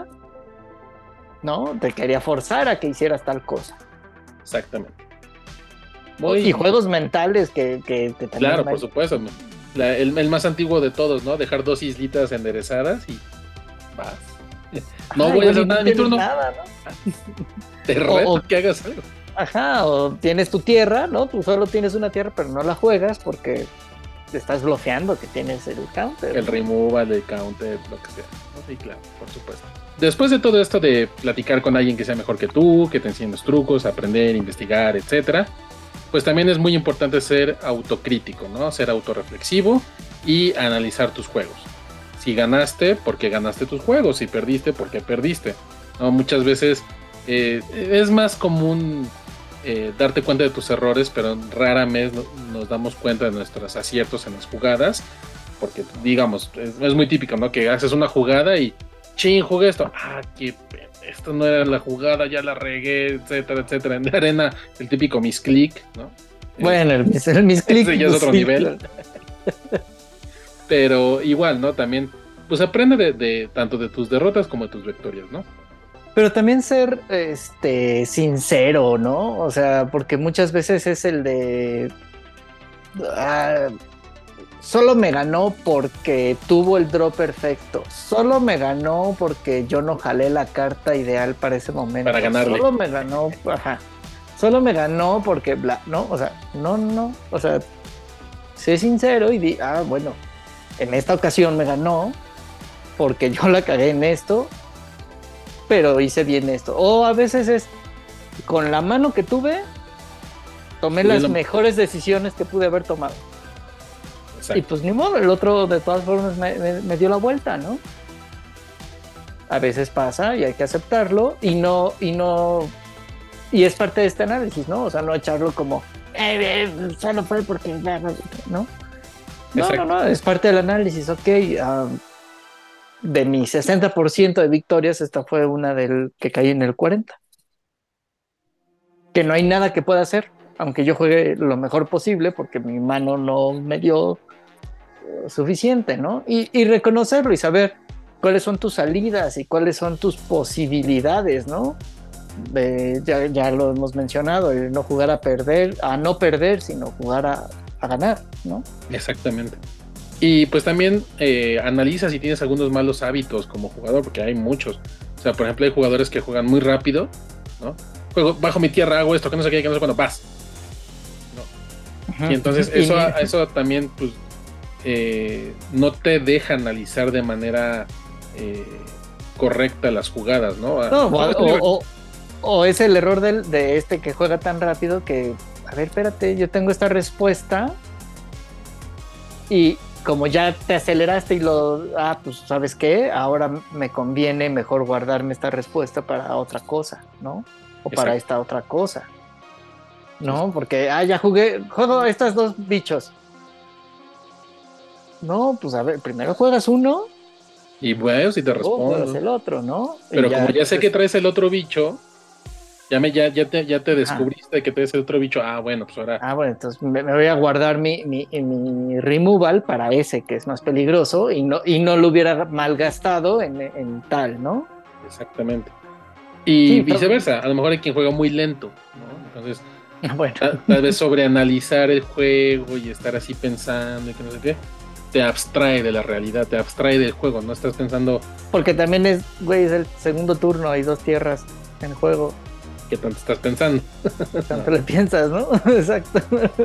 ¿no? Te quería forzar a que hicieras tal cosa. Exactamente. Muy... Y juegos mentales que, que, que también... Claro, por supuesto. La, el, el más antiguo de todos, ¿no? Dejar dos islitas enderezadas y vas. No Ay, voy a hacer nada en mi turno. Nada, ¿no? Te reto o, que hagas algo. Ajá, o tienes tu tierra, ¿no? Tú solo tienes una tierra, pero no la juegas porque te estás bloqueando que tienes el counter. El ¿no? removal, el counter, lo que sea. Sí, claro, por supuesto. Después de todo esto de platicar con alguien que sea mejor que tú, que te enseñe los trucos, aprender, investigar, etcétera, pues también es muy importante ser autocrítico, ¿no? Ser autorreflexivo y analizar tus juegos. Si ganaste, ¿por qué ganaste tus juegos? Si perdiste, ¿por qué perdiste? ¿No? Muchas veces eh, es más común eh, darte cuenta de tus errores, pero rara vez no, nos damos cuenta de nuestros aciertos en las jugadas, porque digamos, es, es muy típico, ¿no? Que haces una jugada y chin, jugué esto, ah, qué pena, esto no era la jugada, ya la regué, etcétera, etcétera. En la arena, el típico misclick, ¿no? Bueno, el, el misclick. Ese ya es otro sí, nivel. Claro. Pero igual, ¿no? También, pues aprende de, de tanto de tus derrotas como de tus victorias, ¿no? Pero también ser este sincero, ¿no? O sea, porque muchas veces es el de ah, solo me ganó porque tuvo el draw perfecto. Solo me ganó porque yo no jalé la carta ideal para ese momento. Para ganarle. Solo me ganó, ajá. Solo me ganó porque bla, ¿no? O sea, no, no. O sea, sé sincero y di, ah, bueno, en esta ocasión me ganó porque yo la cagué en esto, pero hice bien esto. O a veces es con la mano que tuve, tomé sí, las lo... mejores decisiones que pude haber tomado. Exacto. Y pues ni modo, el otro de todas formas me, me, me dio la vuelta, ¿no? A veces pasa y hay que aceptarlo y no, y no, y es parte de este análisis, ¿no? O sea, no echarlo como, eh, eh, solo fue porque, ¿no? No, Exacto. no, no, es parte del análisis, ok. Um, de mi sesenta por ciento de victorias, esta fue una del que caí en el cuarenta por ciento. Que no hay nada que pueda hacer, aunque yo juegue lo mejor posible, porque mi mano no me dio suficiente, ¿no? Y, y reconocerlo y saber cuáles son tus salidas y cuáles son tus posibilidades, ¿no? De, ya, ya lo hemos mencionado, el no jugar a perder, a no perder, sino jugar a, a ganar, ¿no? Exactamente. Y pues también eh, analiza si tienes algunos malos hábitos como jugador, porque hay muchos. O sea, por ejemplo, hay jugadores que juegan muy rápido, ¿no? Juego bajo mi tierra, hago esto, que no sé qué, que no sé cuándo, vas. ¿No? Y entonces eso, eso también, pues, eh, no te deja analizar de manera eh, correcta las jugadas, ¿no? No, o, o, o es el error del, de este que juega tan rápido que, a ver, espérate, yo tengo esta respuesta y como ya te aceleraste y lo, ah, pues, ¿sabes qué? Ahora me conviene mejor guardarme esta respuesta para otra cosa, ¿no? O Exacto. Para esta otra cosa, ¿no? Porque, ah, ya jugué, juego estos dos bichos. No, pues a ver, primero juegas uno. Y bueno, si te respondo. O juegas el otro, ¿no? Pero ya, como ya sé pues, que traes el otro bicho, ya, me, ya, ya, te, ya te descubriste ah. que traes el otro bicho. Ah, bueno, pues ahora. Ah, bueno, entonces me, me voy a guardar mi, mi, mi removal para ese que es más peligroso y no, y no lo hubiera malgastado en, en tal, ¿no? Exactamente. Y sí, viceversa, pero... a lo mejor hay quien juega muy lento, ¿no? Entonces, bueno. tal, tal vez sobreanalizar el juego y estar así pensando y que no sé qué, te abstrae de la realidad, te abstrae del juego, no estás pensando... Porque también es, güey, es el segundo turno, hay dos tierras en juego. ¿Qué tanto estás pensando? Tanto le piensas, ¿no? Exacto.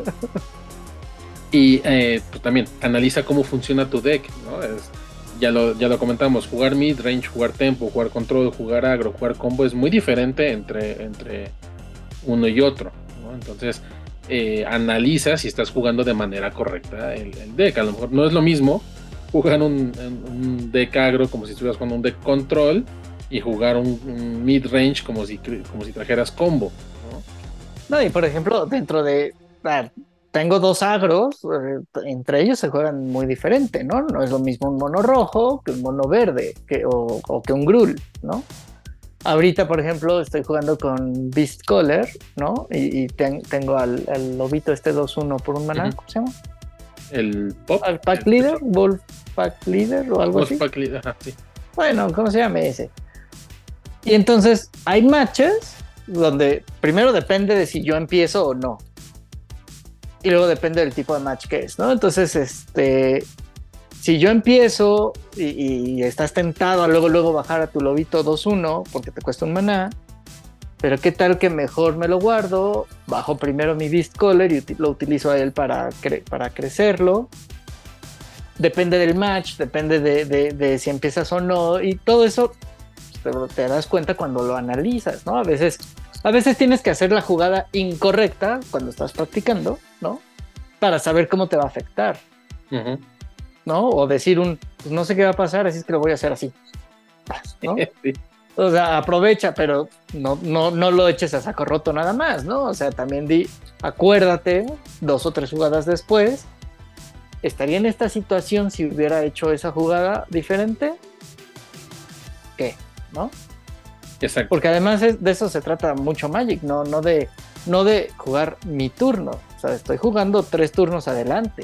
Y eh, pues también analiza cómo funciona tu deck, ¿no? Es, ya, lo, ya lo comentamos, jugar mid range, jugar tempo, jugar control, jugar agro, jugar combo es muy diferente entre, entre uno y otro, ¿no? Entonces eh, analiza si estás jugando de manera correcta el, el deck. A lo mejor no es lo mismo jugar un, un deck agro como si estuvieras jugando un deck control y jugar un, un mid range como si, como si trajeras combo, ¿no? No, y por ejemplo, dentro de... Ah, tengo dos agros, eh, entre ellos se juegan muy diferente, ¿no? No es lo mismo un mono rojo que un mono verde que, o, o que un Gruul, ¿no? Ahorita, por ejemplo, estoy jugando con Beast Caller, ¿no? Y, y ten, tengo al, al lobito este dos uno por un maná, uh-huh. ¿Cómo se llama? El Pop. ¿Al Pack el Leader? ¿Wolf Pack Leader o algo Wolf así? Pack Leader, ajá, sí. Bueno, ¿cómo se llama ese? Y entonces hay matches donde primero depende de si yo empiezo o no. Y luego depende del tipo de match que es, ¿no? Entonces, este, si yo empiezo y, y estás tentado a luego, luego bajar a tu lobito dos uno porque te cuesta un maná, pero qué tal que mejor me lo guardo, bajo primero mi Beast Caller y lo utilizo a él para, cre- para crecerlo. Depende del match, depende de, de, de si empiezas o no, y todo eso te, te das cuenta cuando lo analizas, ¿no? A veces... A veces tienes que hacer la jugada incorrecta cuando estás practicando, ¿no? Para saber cómo te va a afectar, uh-huh. ¿no? O decir un, pues no sé qué va a pasar, así es que lo voy a hacer así, ¿no? Sí. O sea, aprovecha, pero no, no, no lo eches a saco roto nada más, ¿no? O sea, también di, acuérdate, dos o tres jugadas después, ¿estaría en esta situación si hubiera hecho esa jugada diferente? ¿Qué? ¿No? Exacto. Porque además es, de eso se trata mucho Magic, no, no, de, no de jugar mi turno. O sea, estoy jugando tres turnos adelante.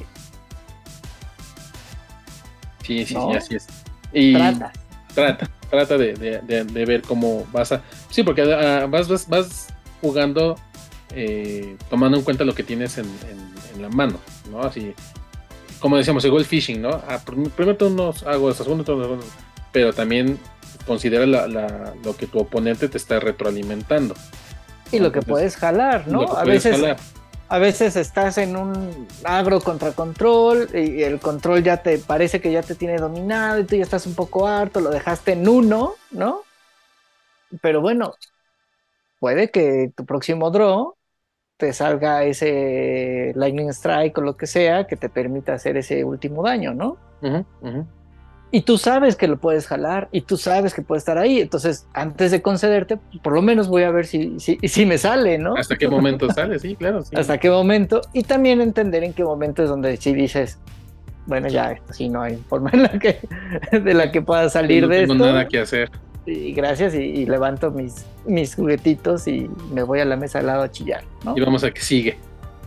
Sí, sí, ¿no? sí, así es. Y trata. Trata, trata de, de, de, de ver cómo vas a... Sí, porque uh, vas, vas, vas jugando eh, tomando en cuenta lo que tienes en, en, en la mano, ¿no? Así, como decíamos, el gold fishing, ¿no? Ah, primero turno hago esto, segundo turno, pero también... considera la, la, lo que tu oponente te está retroalimentando. Y lo Entonces, que puedes jalar, ¿no? A veces, jalar. a veces estás en un agro contra control y el control ya te parece que ya te tiene dominado y tú ya estás un poco harto, lo dejaste en uno, ¿no? Pero bueno, puede que tu próximo draw te salga ese Lightning Strike o lo que sea que te permita hacer ese último daño, ¿no? Uh-huh, uh-huh. Y tú sabes que lo puedes jalar y tú sabes que puede estar ahí. Entonces, antes de concederte, por lo menos voy a ver si, si, si me sale, ¿no? ¿Hasta qué momento sale? Sí, claro. Sí. Hasta qué momento. Y también entender en qué momento es donde sí dices, bueno, ya, esto sí no hay forma en la que, de la que pueda salir no de esto. No tengo nada que hacer. Y gracias, y, y levanto mis, mis juguetitos y me voy a la mesa al lado a chillar, ¿no? Y vamos a que sigue.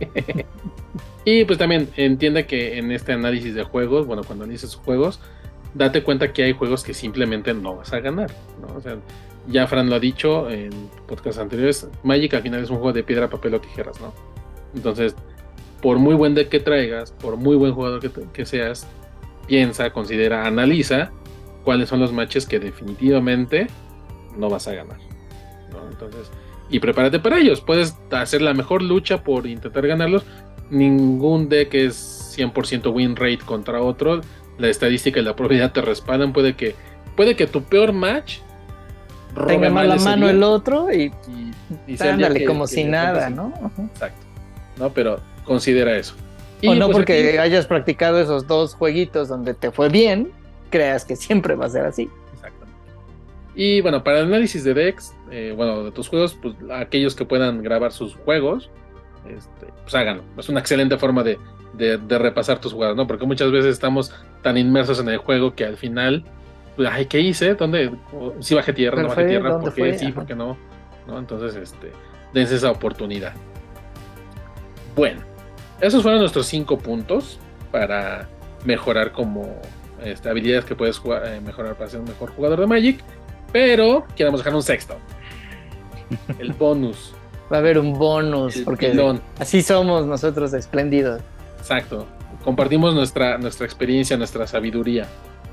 Y pues también entiende que en este análisis de juegos, bueno, cuando analices juegos, date cuenta que hay juegos que simplemente no vas a ganar, ¿no? O sea, ya Fran lo ha dicho en podcasts anteriores, Magic al final es un juego de piedra, papel o tijeras, ¿no? Entonces, por muy buen deck que traigas, por muy buen jugador que, te, que seas, piensa, considera, analiza cuáles son los matches que definitivamente no vas a ganar, ¿no? Entonces, y prepárate para ellos. Puedes hacer la mejor lucha por intentar ganarlos. Ningún deck es cien por ciento win rate contra otro. La estadística y la probabilidad te respaldan. Puede que, puede que tu peor match tenga mala mano día, el otro y, y, y ándale, como que, si que nada, así. ¿no? Uh-huh. Exacto. No, pero considera eso. Y o no pues porque aquí, hayas practicado esos dos jueguitos donde te fue bien, creas que siempre va a ser así. Exactamente. Y bueno, para el análisis de decks, eh, bueno, de tus juegos, pues aquellos que puedan grabar sus juegos, este, pues háganlo. Es una excelente forma de, de, de repasar tus jugadas, ¿no? Porque muchas veces estamos tan inmersos en el juego que al final, pues, ay, ¿qué hice? ¿Dónde? ¿Sí bajé tierra? ¿No bajé tierra? ¿Por qué sí? ¿Por qué no? ¿No? Entonces, este, dense esa oportunidad. Bueno, esos fueron nuestros cinco puntos para mejorar como este, habilidades que puedes jugar, eh, mejorar para ser un mejor jugador de Magic. Pero queremos dejar un sexto. El bonus. Va a haber un bonus, el porque pilón. Así somos nosotros espléndidos. Exacto. Compartimos nuestra, nuestra experiencia, nuestra sabiduría.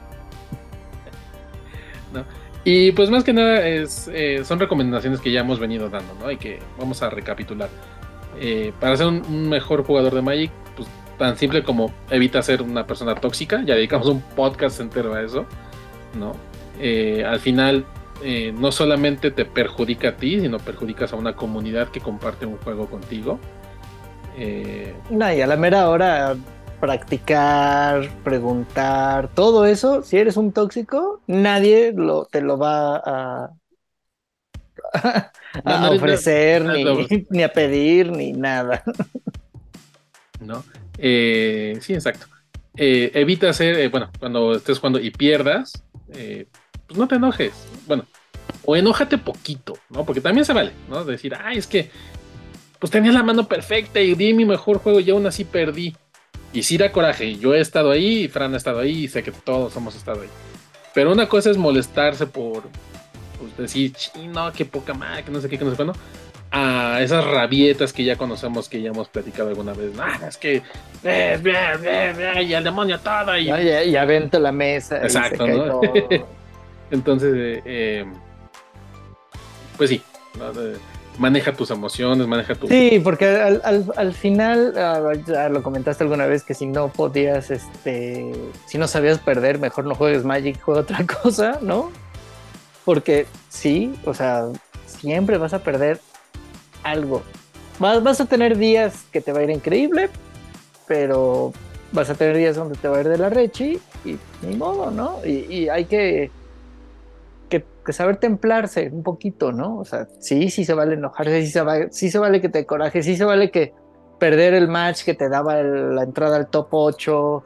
¿No? Y pues más que nada es, eh, son recomendaciones que ya hemos venido dando, ¿no? Y que vamos a recapitular. Eh, para ser un, un mejor jugador de Magic, pues tan simple como evita ser una persona tóxica. Ya dedicamos un podcast entero a eso, ¿no? Eh, al final eh, no solamente te perjudica a ti, sino perjudicas a una comunidad que comparte un juego contigo. Eh... No, y a la mera hora practicar, preguntar, todo eso, si eres un tóxico, nadie lo, te lo va a, a, no, a ofrecer, no, no, ni, ni a pedir, ni nada. ¿No? Eh, sí, exacto. Eh, evita hacer, eh, bueno, cuando estés jugando y pierdas, eh, pues no te enojes, bueno, o enójate poquito, ¿no? Porque también se vale, ¿no? Decir, ay, es que pues tenía la mano perfecta y di mi mejor juego y aún así perdí. Y sí da coraje, yo he estado ahí, y Fran ha estado ahí, y sé que todos hemos estado ahí. Pero una cosa es molestarse por pues, decir, no, qué poca madre, que no sé qué, que no sé cuándo, a esas rabietas que ya conocemos, que ya hemos platicado alguna vez. Ah, es que eh, bien, bien, bien, y el demonio todo. Y, no, ya, ya avento la mesa. Exacto, y se ¿no? cae todo. Entonces, eh, eh, pues sí, ¿no? Maneja tus emociones, maneja tu... Sí, porque al, al, al final, uh, ya lo comentaste alguna vez, que si no podías, este, si no sabías perder, mejor no juegues Magic, juega otra cosa, ¿no? Porque sí, o sea, siempre vas a perder algo. Vas, vas a tener días que te va a ir increíble, pero vas a tener días donde te va a ir de la rechi y ni modo, ¿no? Y, y hay que... Que, que saber templarse un poquito, ¿no? O sea, sí, sí se vale enojarse, sí se vale, sí se vale que te coraje, sí se vale que perder el match que te daba el, la entrada al top ocho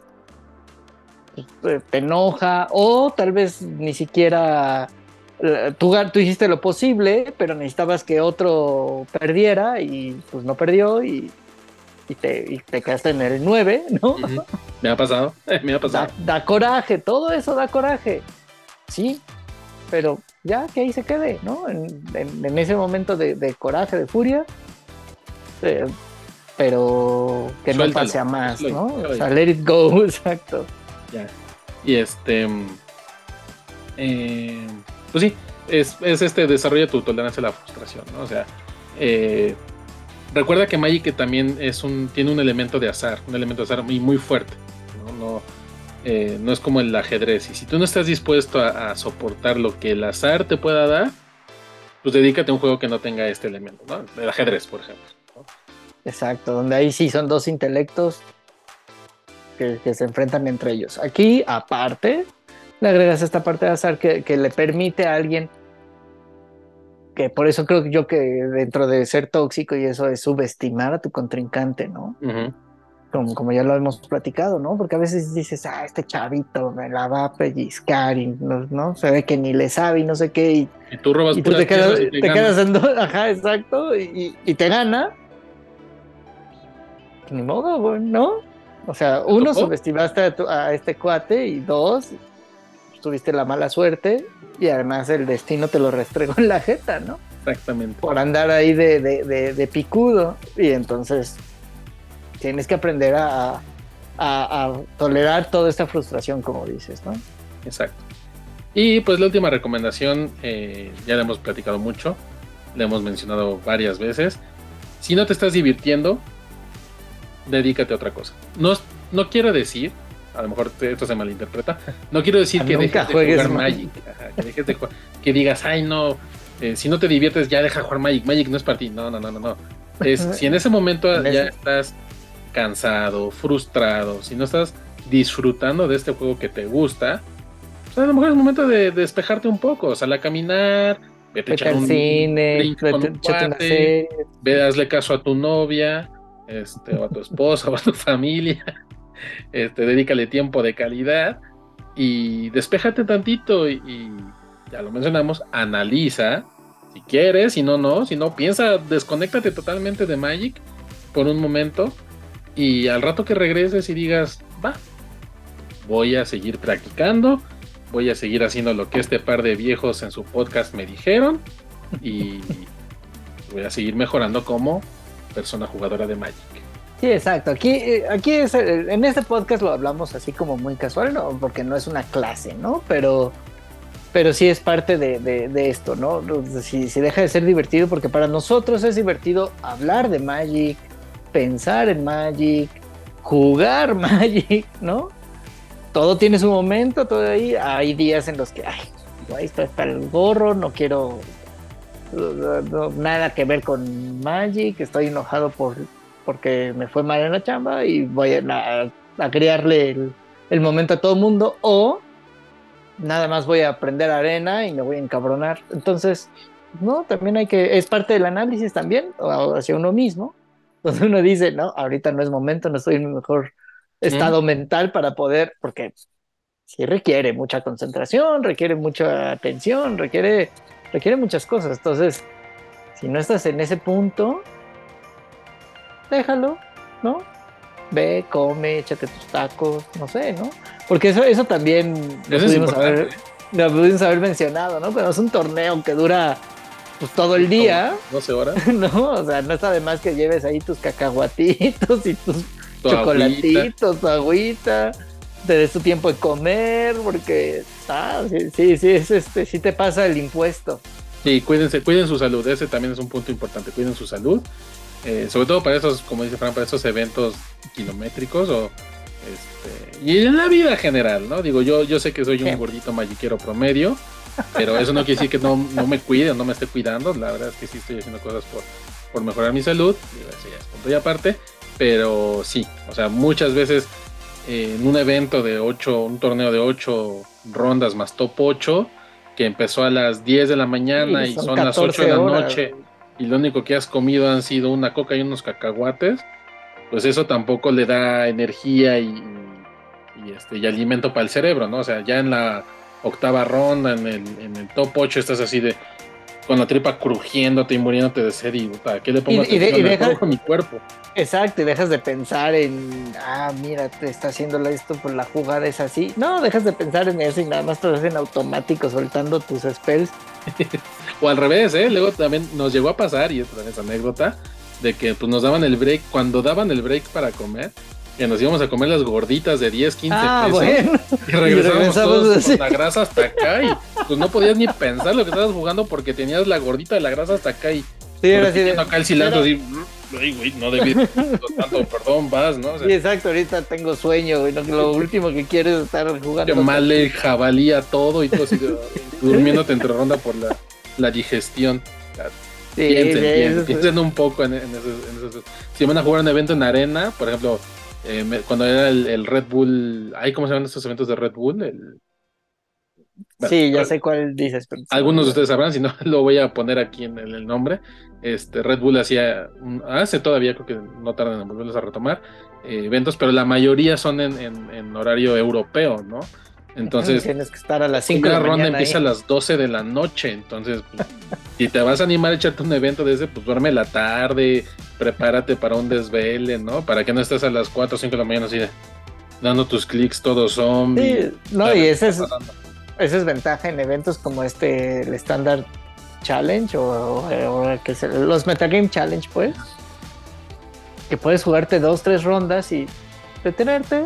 te enoja, o tal vez ni siquiera tú, tú hiciste lo posible, pero necesitabas que otro perdiera y pues no perdió y, y, te, y te quedaste en el nueve, ¿no? Uh-huh. Me ha pasado, me ha pasado. Da, da coraje, todo eso da coraje, sí. Pero ya que ahí se quede, ¿no? En, en, en ese momento de, de coraje, de furia, eh, pero que Suéltalo, no pase a más, ¿no? O sea, let it go, exacto. Ya. Y este, eh, pues sí, es, es este, desarrolla tu tolerancia a la frustración, ¿no? O sea, eh, recuerda que Magic también es un, tiene un elemento de azar, un elemento de azar muy, muy fuerte, ¿no? No Eh, no es como el ajedrez, y si tú no estás dispuesto a, a soportar lo que el azar te pueda dar, pues dedícate a un juego que no tenga este elemento, ¿no? El ajedrez, por ejemplo, ¿no? Exacto, donde ahí sí son dos intelectos que, que se enfrentan entre ellos. Aquí, aparte, le agregas esta parte de azar que, que le permite a alguien, que por eso creo yo que dentro de ser tóxico y eso es subestimar a tu contrincante, ¿no? Uh-huh. Como, como ya lo hemos platicado, ¿no? Porque a veces dices, ah, este chavito me la va a pellizcar y no, ¿no? Se ve que ni le sabe y no sé qué. Y, y tú robas y tú te quedas, y te te quedas en dos, ajá, exacto, y, y te gana. Ni modo, ¿no? O sea, uno, subestimaste a, tu, a este cuate, y dos, tuviste la mala suerte y además el destino te lo restregó en la jeta, ¿no? Exactamente. Por andar ahí de, de, de, de picudo. Y entonces tienes que aprender a, a, a tolerar toda esta frustración, como dices, ¿no? Exacto. Y pues la última recomendación, eh, ya la hemos platicado mucho, la hemos mencionado varias veces. Si no te estás divirtiendo, dedícate a otra cosa. No, no quiero decir, a lo mejor esto se malinterpreta, no quiero decir que dejes de jugar Magic, ajá, que dejes de jugar, que digas, ay no, eh, si no te diviertes ya deja de jugar Magic, Magic no es para ti. No, no, no, no, no. Es, si en ese momento en ya ese... estás cansado, frustrado, si no estás disfrutando de este juego que te gusta, pues a lo mejor es momento de, de despejarte un poco, o sea, a caminar, vete a echar un cine, drink con un cuate, ve, hazle caso a tu novia, este, o a tu esposa, o a tu familia, este, dedícale tiempo de calidad y despéjate tantito y, y ya lo mencionamos, analiza si quieres, si no, no, si no, piensa, desconéctate totalmente de Magic por un momento y al rato que regreses y digas, va, voy a seguir practicando, voy a seguir haciendo lo que este par de viejos en su podcast me dijeron y voy a seguir mejorando como persona jugadora de Magic. Sí, exacto. Aquí, aquí es, en este podcast lo hablamos así como muy casual, ¿no? Porque no es una clase, ¿no? Pero, pero sí es parte de, de, de esto, ¿no? Si, si deja de ser divertido, porque para nosotros es divertido hablar de Magic, pensar en Magic, jugar Magic, ¿no? Todo tiene su momento, todo ahí. Hay días en los que, ay, ahí está, está el gorro, no quiero no, no, nada que ver con Magic, estoy enojado por porque me fue mal en la chamba y voy a, a, a crearle el, el momento a todo el mundo, o nada más voy a aprender arena y me voy a encabronar. Entonces, no, también hay que, es parte del análisis también, hacia uno mismo, donde uno dice, no, ahorita no es momento, no estoy en mi mejor estado mm. mental para poder, porque sí requiere mucha concentración, requiere mucha atención, requiere, requiere muchas cosas. Entonces, si no estás en ese punto, déjalo, ¿no? Ve, come, échate tus tacos, no sé, ¿no? Porque eso, eso también lo eso pudimos, es haber, lo pudimos haber mencionado, ¿no? Pero es un torneo que dura pues todo el día. doce horas. No, o sea, no está de más que lleves ahí tus cacahuatitos y tus tu chocolatitos, agüita. tu agüita, te des tu tiempo de comer, porque ah, sí, sí, sí, es este, sí te pasa el impuesto. Sí, cuídense, cuiden su salud, ese también es un punto importante, cuiden su salud. Eh, sobre todo para esos, como dice Fran, para esos eventos kilométricos o este, y en la vida general, ¿no? Digo, yo, yo sé que soy un sí. gordito magiquero promedio, pero eso no quiere decir que no, no me cuide o no me esté cuidando. La verdad es que sí estoy haciendo cosas por, por mejorar mi salud. Digo, eso ya es punto y aparte, pero sí, o sea, muchas veces eh, en un evento de ocho, un torneo de ocho rondas más top ocho, que empezó a las diez de la mañana sí, y son, son las ocho de la horas. Noche, y lo único que has comido han sido una coca y unos cacahuates, pues eso tampoco le da energía y, y, este, y alimento para el cerebro, ¿no? O sea, ya en la octava ronda, en el, en el top ocho, estás así de con la tripa crujiéndote y muriéndote de sed y ¿para qué le pongo y, atención? Y, de, y deja, a mi cuerpo. Exacto, y dejas de pensar en, ah, mira, te está haciendo esto, por la jugada es así. No, dejas de pensar en eso y nada más te lo hacen automático, soltando tus spells. O al revés, ¿eh? Luego también nos llegó a pasar, y esto también es anécdota, de que pues nos daban el break, cuando daban el break para comer, que nos íbamos a comer las gorditas de diez, quince ah, pesos, bueno. y regresábamos todos así. Con la grasa hasta acá, y pues no podías ni pensar lo que estabas jugando porque tenías la gordita de la grasa hasta acá, y sí, era así de, acá el cilantro pero... así, ay, güey, no debí tanto, perdón, vas, ¿no? O sea, sí, exacto, ahorita tengo sueño, güey, no, lo último que quiero es estar jugando. Mal el jabalí a todo y todo así, durmiéndote entre ronda por la, la digestión. Sí, piensen, sí, piensen, piensen un poco en, en, esos, en esos. Si van a jugar un evento en arena, por ejemplo, eh, me, cuando era el, el Red Bull, ¿ay, cómo se llaman estos eventos de Red Bull? El, bueno, sí, ya sé cuál dices. Pero algunos de ustedes sabrán, si no lo voy a poner aquí en, en el nombre. Este Red Bull hacía, un, hace todavía, creo que no tardan en volverlos a retomar, eh, eventos, pero la mayoría son en, en, en horario europeo, ¿no? Entonces, tienes que estar a las cinco de la mañana. La ronda empieza ahí. a las doce de la noche, entonces, pues, si te vas a animar a echarte un evento de ese, pues duerme la tarde, prepárate para un desvele, ¿no? Para que no estés a las cuatro o cinco de la mañana así de, dando tus clics todo zombie. Sí, no, y ese es, esa es ventaja en eventos como este, el Standard Challenge o, o, o que se, los Metagame Challenge, pues, que puedes jugarte dos, tres rondas y detenerte,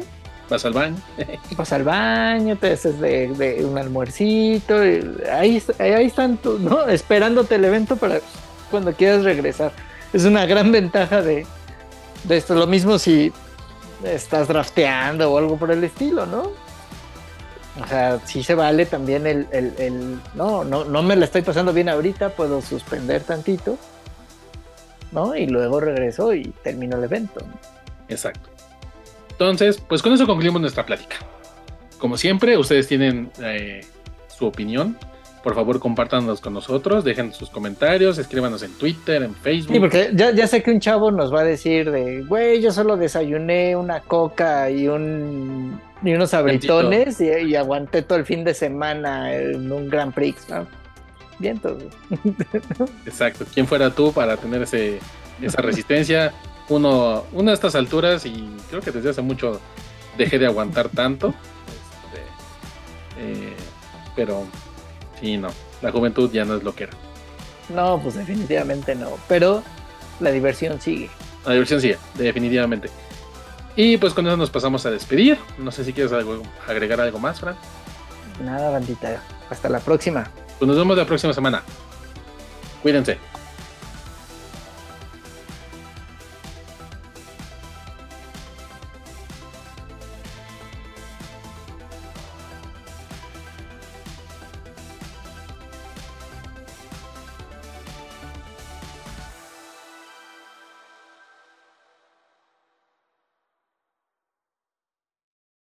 Vas al baño. Vas al baño, te haces de, de un almuercito, y ahí, ahí están tú, ¿no? Esperándote el evento para cuando quieras regresar. Es una gran ventaja de, de esto. Lo mismo si estás drafteando o algo por el estilo, ¿no? O sea, sí se vale también el, el, el no, no, no me la estoy pasando bien ahorita, puedo suspender tantito, ¿no? Y luego regreso y termino el evento, ¿no? Exacto. Entonces, pues con eso concluimos nuestra plática. Como siempre, ustedes tienen eh, su opinión. Por favor, compártanos con nosotros, dejen sus comentarios, escríbanos en Twitter, en Facebook. Sí, porque ya, ya sé que un chavo nos va a decir de, güey, yo solo desayuné una coca y un y unos abritones y, y aguanté todo el fin de semana en un Grand Prix, ¿no? Bien, todo. Exacto. ¿Quién fuera tú para tener ese, esa resistencia? Uno, uno a estas alturas, y creo que desde hace mucho dejé de aguantar tanto. Este, eh, pero sí, no. La juventud ya no es lo que era. No, pues definitivamente no. Pero la diversión sigue. La diversión sigue, definitivamente. Y pues con eso nos pasamos a despedir. No sé si quieres algo, agregar algo más, Fran. Nada, bandita. Hasta la próxima. Pues nos vemos la próxima semana. Cuídense.